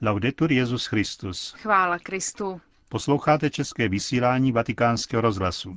Laudetur Jesus Christus. Chvála Kristu. Posloucháte české vysílání Vatikánského rozhlasu.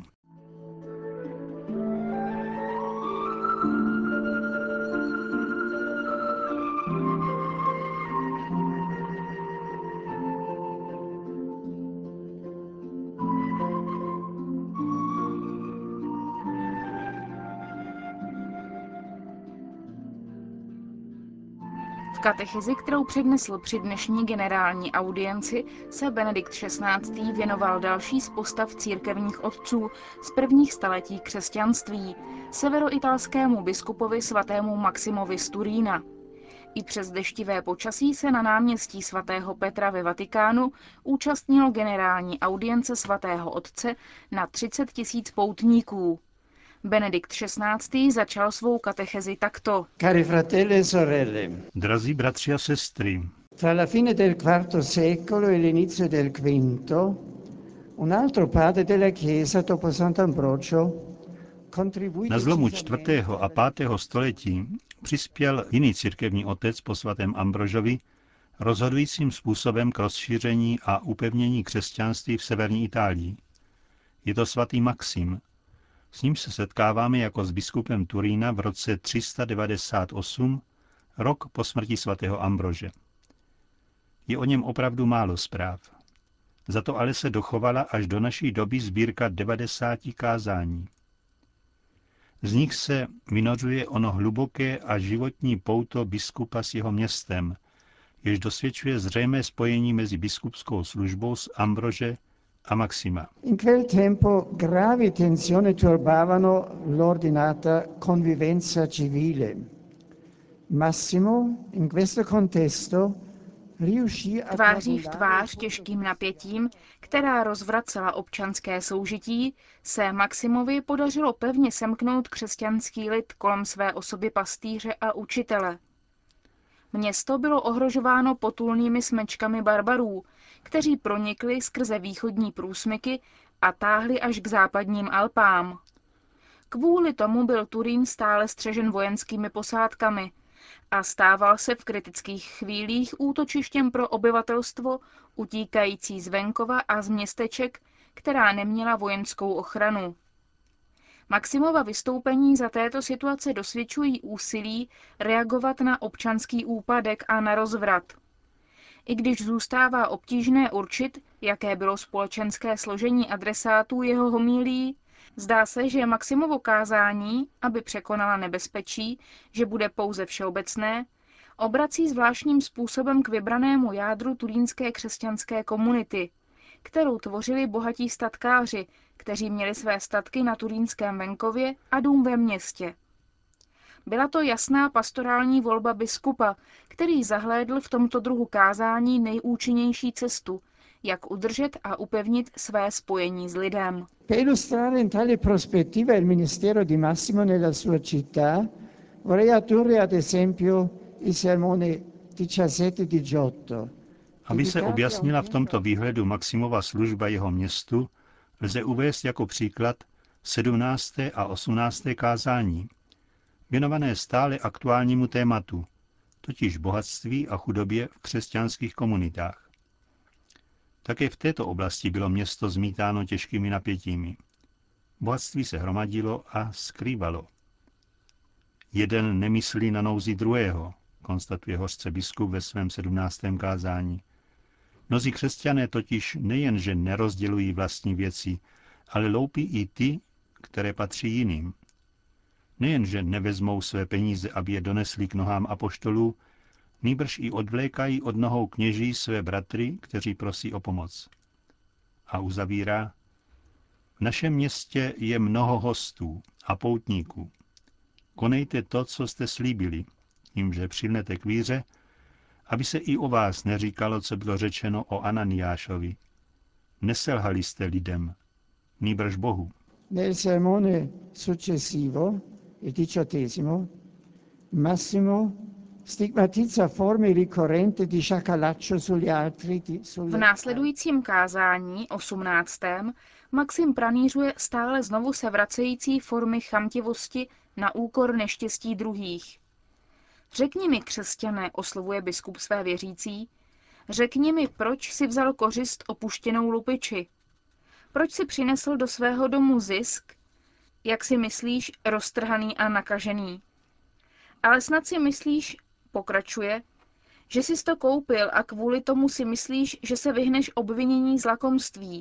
V katechezi, kterou přednesl při dnešní generální audienci, se Benedikt XVI. Věnoval další z postav církevních otců z prvních staletí křesťanství, severoitalskému biskupovi svatému Maximovi z Turína. I přes deštivé počasí se na náměstí svatého Petra ve Vatikánu účastnilo generální audience svatého otce na 30 000 poutníků. Benedikt XVI. Začal svou katechezi takto. Cari fratelli e sorelle, Drazí bratři a sestry, tra la fine del IV secolo e l'inizio del V, un altro padre della Chiesa dopo Sant'Ambrogio contribuì na zlomu 4. decisamente a 5. století přispěl jiný církevní otec po svatém Ambrožovi rozhodujícím způsobem k rozšíření a upevnění křesťanství v severní Itálii. Je to svatý Maxim. S ním se setkáváme jako s biskupem Turína v roce 398, rok po smrti svatého Ambrože. Je o něm opravdu málo zpráv. Za to ale se dochovala až do naší doby sbírka 90 kázání. Z nich se vynořuje ono hluboké a životní pouto biskupa s jeho městem, jež dosvědčuje zřejmé spojení mezi biskupskou službou z Ambrože a Maxima. in quel tempo gravi tensioni turbavano l'ordinata convivenza civile. Massimo in questo contesto riuscì a Tváří v formulare tvář těžkým napětím, která rozvracela občanské soužití, se Maximovi podařilo pevně semknout křesťanský lid kolem své osoby pastýře a učitele. Město bylo ohrožováno potulnými smečkami barbarů, kteří pronikli skrze východní průsmyky a táhli až k západním Alpám. Kvůli tomu byl Turín stále střežen vojenskými posádkami a stával se v kritických chvílích útočištěm pro obyvatelstvo utíkající z venkova a z městeček, která neměla vojenskou ochranu. Maximova vystoupení za této situace dosvědčují úsilí reagovat na občanský úpadek a na rozvrat. I když zůstává obtížné určit, jaké bylo společenské složení adresátů jeho homílií, zdá se, že Maximovo kázání, aby překonala nebezpečí, že bude pouze všeobecné, obrací zvláštním způsobem k vybranému jádru turínské křesťanské komunity, kterou tvořili bohatí statkáři, kteří měli své statky na turínském venkově a dům ve městě. Byla to jasná pastorální volba biskupa, který zahlédl v tomto druhu kázání nejúčinnější cestu, jak udržet a upevnit své spojení s lidem. Per illustrare in tale prospettiva il ministero di Massimo nella sua città, vorrei addurre ad esempio il sermone 17-18. Aby se objasnila v tomto výhledu Maximova služba jeho městu, lze uvést jako příklad 17. a 18. kázání, věnované stále aktuálnímu tématu, totiž bohatství a chudobě v křesťanských komunitách. Také v této oblasti bylo město zmítáno těžkými napětími. Bohatství se hromadilo a skrývalo. Jeden nemyslí na nouzi druhého, konstatuje hořce biskup ve svém 17. kázání. Mnozí křesťané totiž nejenže nerozdělují vlastní věci, ale loupí i ty, které patří jiným. Nejenže nevezmou své peníze, aby je donesli k nohám apoštolů, nýbrž i odvlékají od nohou kněží své bratry, kteří prosí o pomoc. A uzavírá: v našem městě je mnoho hostů a poutníků. Konejte to, co jste slíbili, tímže přilnete k víře, aby se i o vás neříkalo, co bylo řečeno o Ananiášovi. Neselhali jste lidem, nýbrž Bohu. Nel sermone successivo, il 18, Massimo stigmatizza forme ricorrenti di sciacallaccio sugli altri. V následujícím kázání, 18. Maxim pranířuje stále znovu se vracející formy chamtivosti na úkor neštěstí druhých. Řekni mi, křesťané, oslovuje biskup své věřící, Řekni mi, proč si vzal kořist opuštěnou lupiči? Proč si přinesl do svého domu zisk, jak si myslíš, roztrhaný a nakažený? Ale snad si myslíš, pokračuje, že jsi to koupil a kvůli tomu si myslíš, že se vyhneš obvinění z lakomství.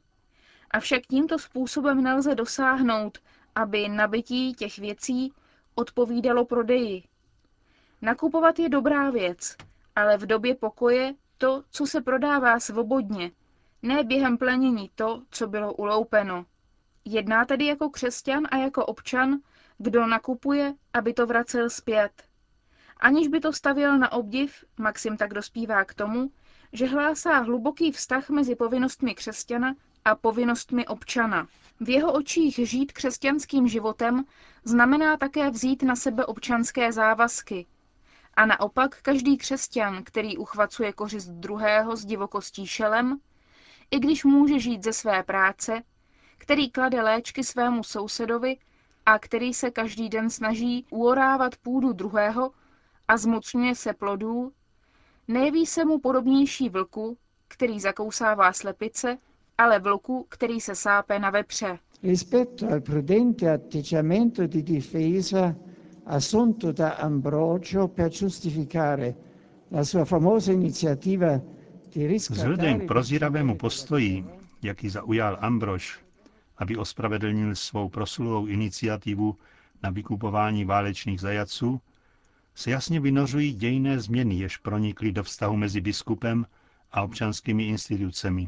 Avšak tímto způsobem nelze dosáhnout, aby nabytí těch věcí odpovídalo prodeji. Nakupovat je dobrá věc, ale v době pokoje to, co se prodává svobodně, ne během plenění to, co bylo uloupeno. Jedná tedy jako křesťan a jako občan, kdo nakupuje, aby to vracel zpět. Aniž by to stavěl na obdiv, Maxim tak dospívá k tomu, že hlásá hluboký vztah mezi povinnostmi křesťana a povinnostmi občana. V jeho očích žít křesťanským životem znamená také vzít na sebe občanské závazky. A naopak každý křesťan, který uchvacuje kořist druhého s divokostí šelem, i když může žít ze své práce, který klade léčky svému sousedovi a který se každý den snaží uorávat půdu druhého a zmocňuje se plodů, nejeví se mu podobnější vlku, který zakousává slepice, ale vlku, který se sápe na vepře. Rispetto al prudente atteggiamento di difesa assunto da Ambrogio per giustificare la sua famosa iniziativa di Vzhledem k riscattare prozíravému postoji, jaký zaujal Ambrož, aby ospravedlnil svou proslulou iniciativu na vykupování válečných zajatců, se jasně vynořují dějinné změny, jež pronikly do vztahu mezi biskupem a občanskými institucemi.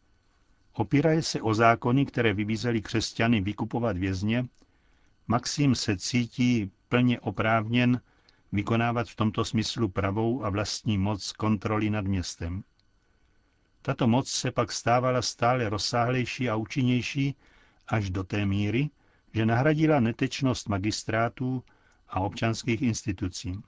Opíraje se o zákony, které vybízely křesťany vykupovat vězně, Maxim se cítí plně oprávněn vykonávat v tomto smyslu pravou a vlastní moc kontroly nad městem. Tato moc se pak stávala stále rozsáhlejší a účinnější až do té míry, že nahradila netečnost magistrátů a občanských institucí.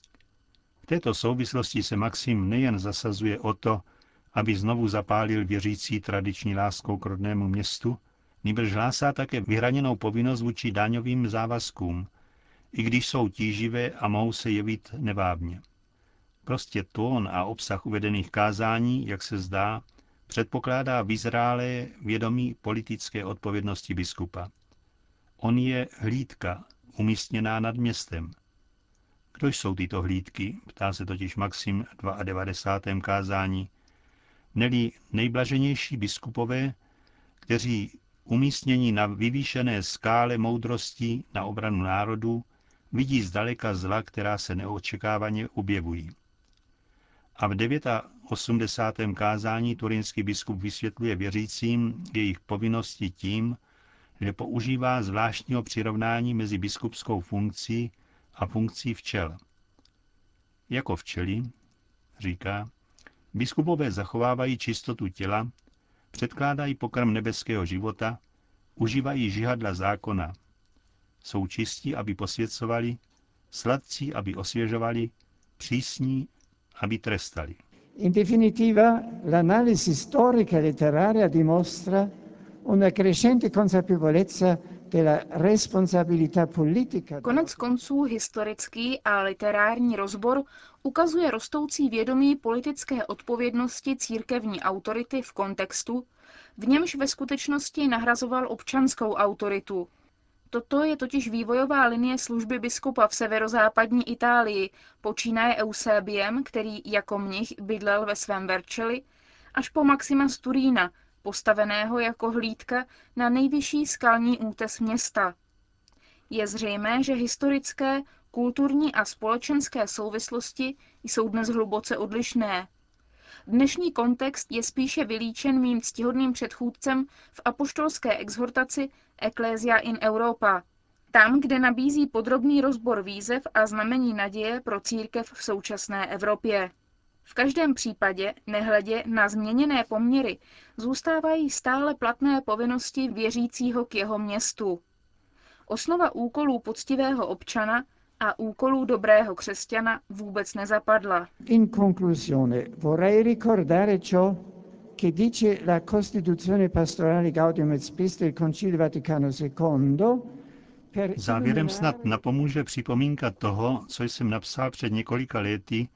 V této souvislosti se Maxim nejen zasazuje o to, aby znovu zapálil věřící tradiční láskou k rodnému městu, nýbrž hlásá také vyhraněnou povinnost vůči daňovým závazkům, i když jsou tíživé a mohou se jevit nevábně. Prostě tón a obsah uvedených kázání, jak se zdá, předpokládá vyzrálé vědomí politické odpovědnosti biskupa. On je hlídka, umístěná nad městem. Kdo jsou tyto hlídky? Ptá se totiž Maxim v 92. kázání. Neli nejblaženější biskupové, kteří umístění na vyvýšené skále moudrosti na obranu národů vidí zdaleka zla, která se neočekávaně objevují. A v 89. kázání turínský biskup vysvětluje věřícím jejich povinnosti tím, že používá zvláštního přirovnání mezi biskupskou funkcí a funkcí včel. Jako včely, říká, biskupové zachovávají čistotu těla, předkládají pokrm nebeského života, užívají žihadla zákona. Jsou čistí, aby posvěcovali, sladcí, aby osvěžovali, přísní, aby trestali. In definitiva, l'analisi storica e letteraria dimostra una crescente consapevolezza della responsabilità politica. Konec konců historický a literární rozbor ukazuje rostoucí vědomí politické odpovědnosti církevní autority v kontextu, v němž ve skutečnosti nahrazoval občanskou autoritu. Toto je totiž vývojová linie služby biskupa v severozápadní Itálii, počínaje Eusebiem, který jako mnich bydlel ve svém Vercelli, až po Maxima z Turína, postaveného jako hlídka na nejvyšší skalní útes města. Je zřejmé, že historické, kulturní a společenské souvislosti jsou dnes hluboce odlišné. Dnešní kontext je spíše vylíčen mým ctihodným předchůdcem v apoštolské exhortaci Ecclesia in Europa, tam, kde nabízí podrobný rozbor výzev a znamení naděje pro církev v současné Evropě. V každém případě, nehledě na změněné poměry, zůstávají stále platné povinnosti věřícího k jeho městu. Osnova úkolů poctivého občana a úkolů dobrého křesťana vůbec nezapadla. In conclusione, vorrei ricordare ciò che dice la Costituzione pastorale Gaudium et Spes del Concilio Vaticano II. Závěrem snad napomůže připomínka toho, co jsem napsal před několika lety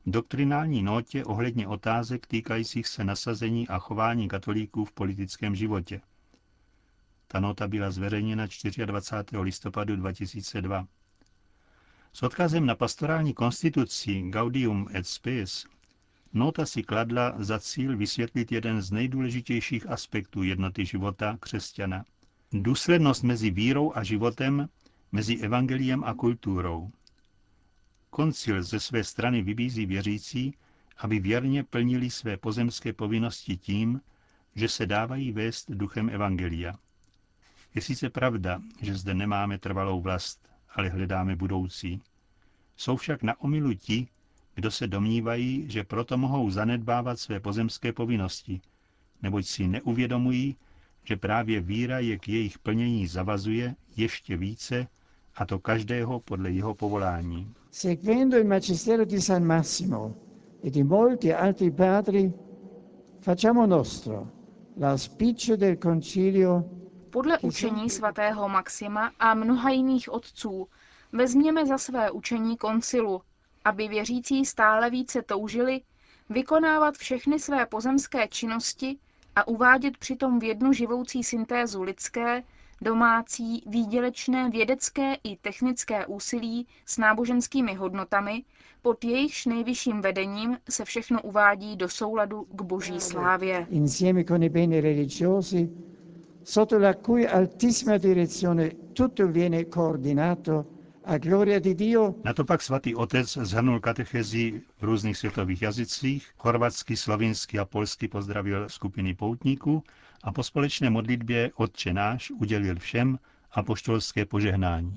doktrinální nótě ohledně otázek týkajících se nasazení a chování katolíků v politickém životě. Ta nota byla zveřejněna 24. listopadu 2002. S odkazem na pastorální konstituci Gaudium et Spes nota si kladla za cíl vysvětlit jeden z nejdůležitějších aspektů jednoty života křesťana. Důslednost mezi vírou a životem, mezi evangeliem a kulturou. Koncil ze své strany vybízí věřící, aby věrně plnili své pozemské povinnosti tím, že se dávají vést duchem evangelia. Je sice pravda, že zde nemáme trvalou vlast, ale hledáme budoucí. Jsou však na omylu ti, kdo se domnívají, že proto mohou zanedbávat své pozemské povinnosti, neboť si neuvědomují, že právě víra je k jejich plnění zavazuje ještě více, a to každého podle jeho povolání. Seguendo il magistero di San Massimo e di molti altri padri, facciamo nostro l'auspicio del concilio. Podle učení svatého Maxima a mnoha jiných otců vezměme za své učení koncilu, aby věřící stále více toužili vykonávat všechny své pozemské činnosti a uvádět přitom v jednu živoucí syntézu lidské, domácí, výdělečné, vědecké i technické úsilí s náboženskými hodnotami, pod jejichž nejvyšším vedením se všechno uvádí do souladu k boží slávě. Insieme con i beni religiosi, sotto la cui altissima direzione tutto viene coordinato a gloria di Dio. Na to pak svatý otec shrnul katechezi v různých světových jazycích, chorvatsky, slovinsky a polsky pozdravil skupiny poutníků a po společné modlitbě Otče náš udělil všem apoštolské požehnání.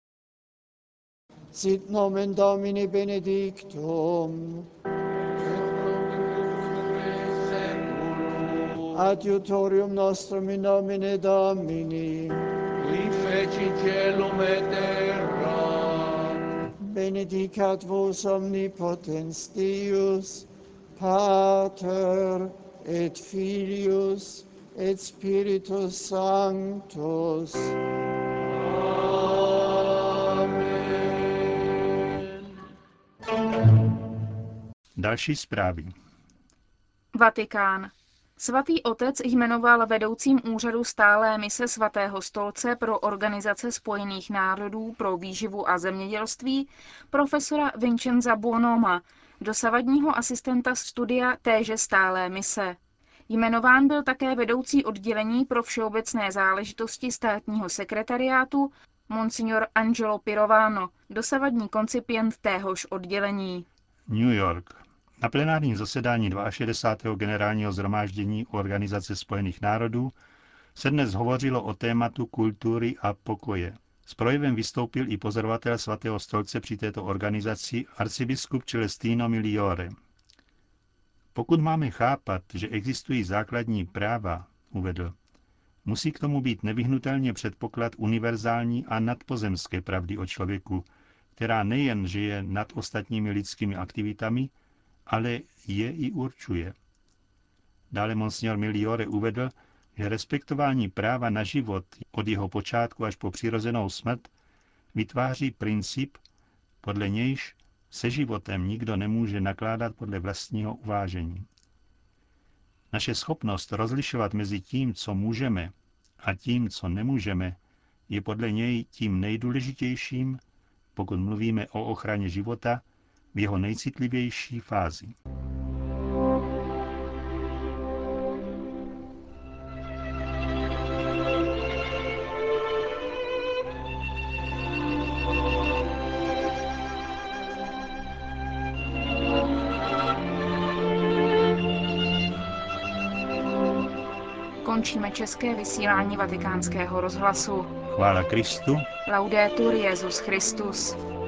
Sit nomen Domini benedictum. Adiutorium nostrum in nomine Domini. Qui feci caelum et terra. Benedicat vos omnipotens Deus, Pater et Filius et Spiritus Sanctus. Další zprávy. Vatikán. Svatý otec jmenoval vedoucím úřadu stálé mise Svatého stolce pro Organizace spojených národů pro výživu a zemědělství profesora Vincenza Buonoma, dosavadního asistenta studia téže stálé mise. Jmenován byl také vedoucí oddělení pro všeobecné záležitosti státního sekretariátu Monsignor Angelo Pirovano, dosavadní koncipient téhož oddělení. New York. Na plenárním zasedání 62. generálního shromáždění Organizace spojených národů se dnes hovořilo o tématu kultury a pokoje. S projevem vystoupil i pozorovatel Svatého stolce při této organizaci arcibiskup Celestino Migliore. Pokud máme chápat, že existují základní práva, uvedl, musí k tomu být nevyhnutelně předpoklad univerzální a nadpozemské pravdy o člověku, která nejen žije nad ostatními lidskými aktivitami, ale je i určuje. Dále monsignor Migliore uvedl, že respektování práva na život od jeho počátku až po přirozenou smrt vytváří princip, podle nějž se životem nikdo nemůže nakládat podle vlastního uvážení. Naše schopnost rozlišovat mezi tím, co můžeme, a tím, co nemůžeme, je podle něj tím nejdůležitějším, pokud mluvíme o ochraně života v jeho nejcitlivější fázi. Končíme české vysílání Vatikánského rozhlasu. Chvála Kristu. Laudetur Jesus Christus.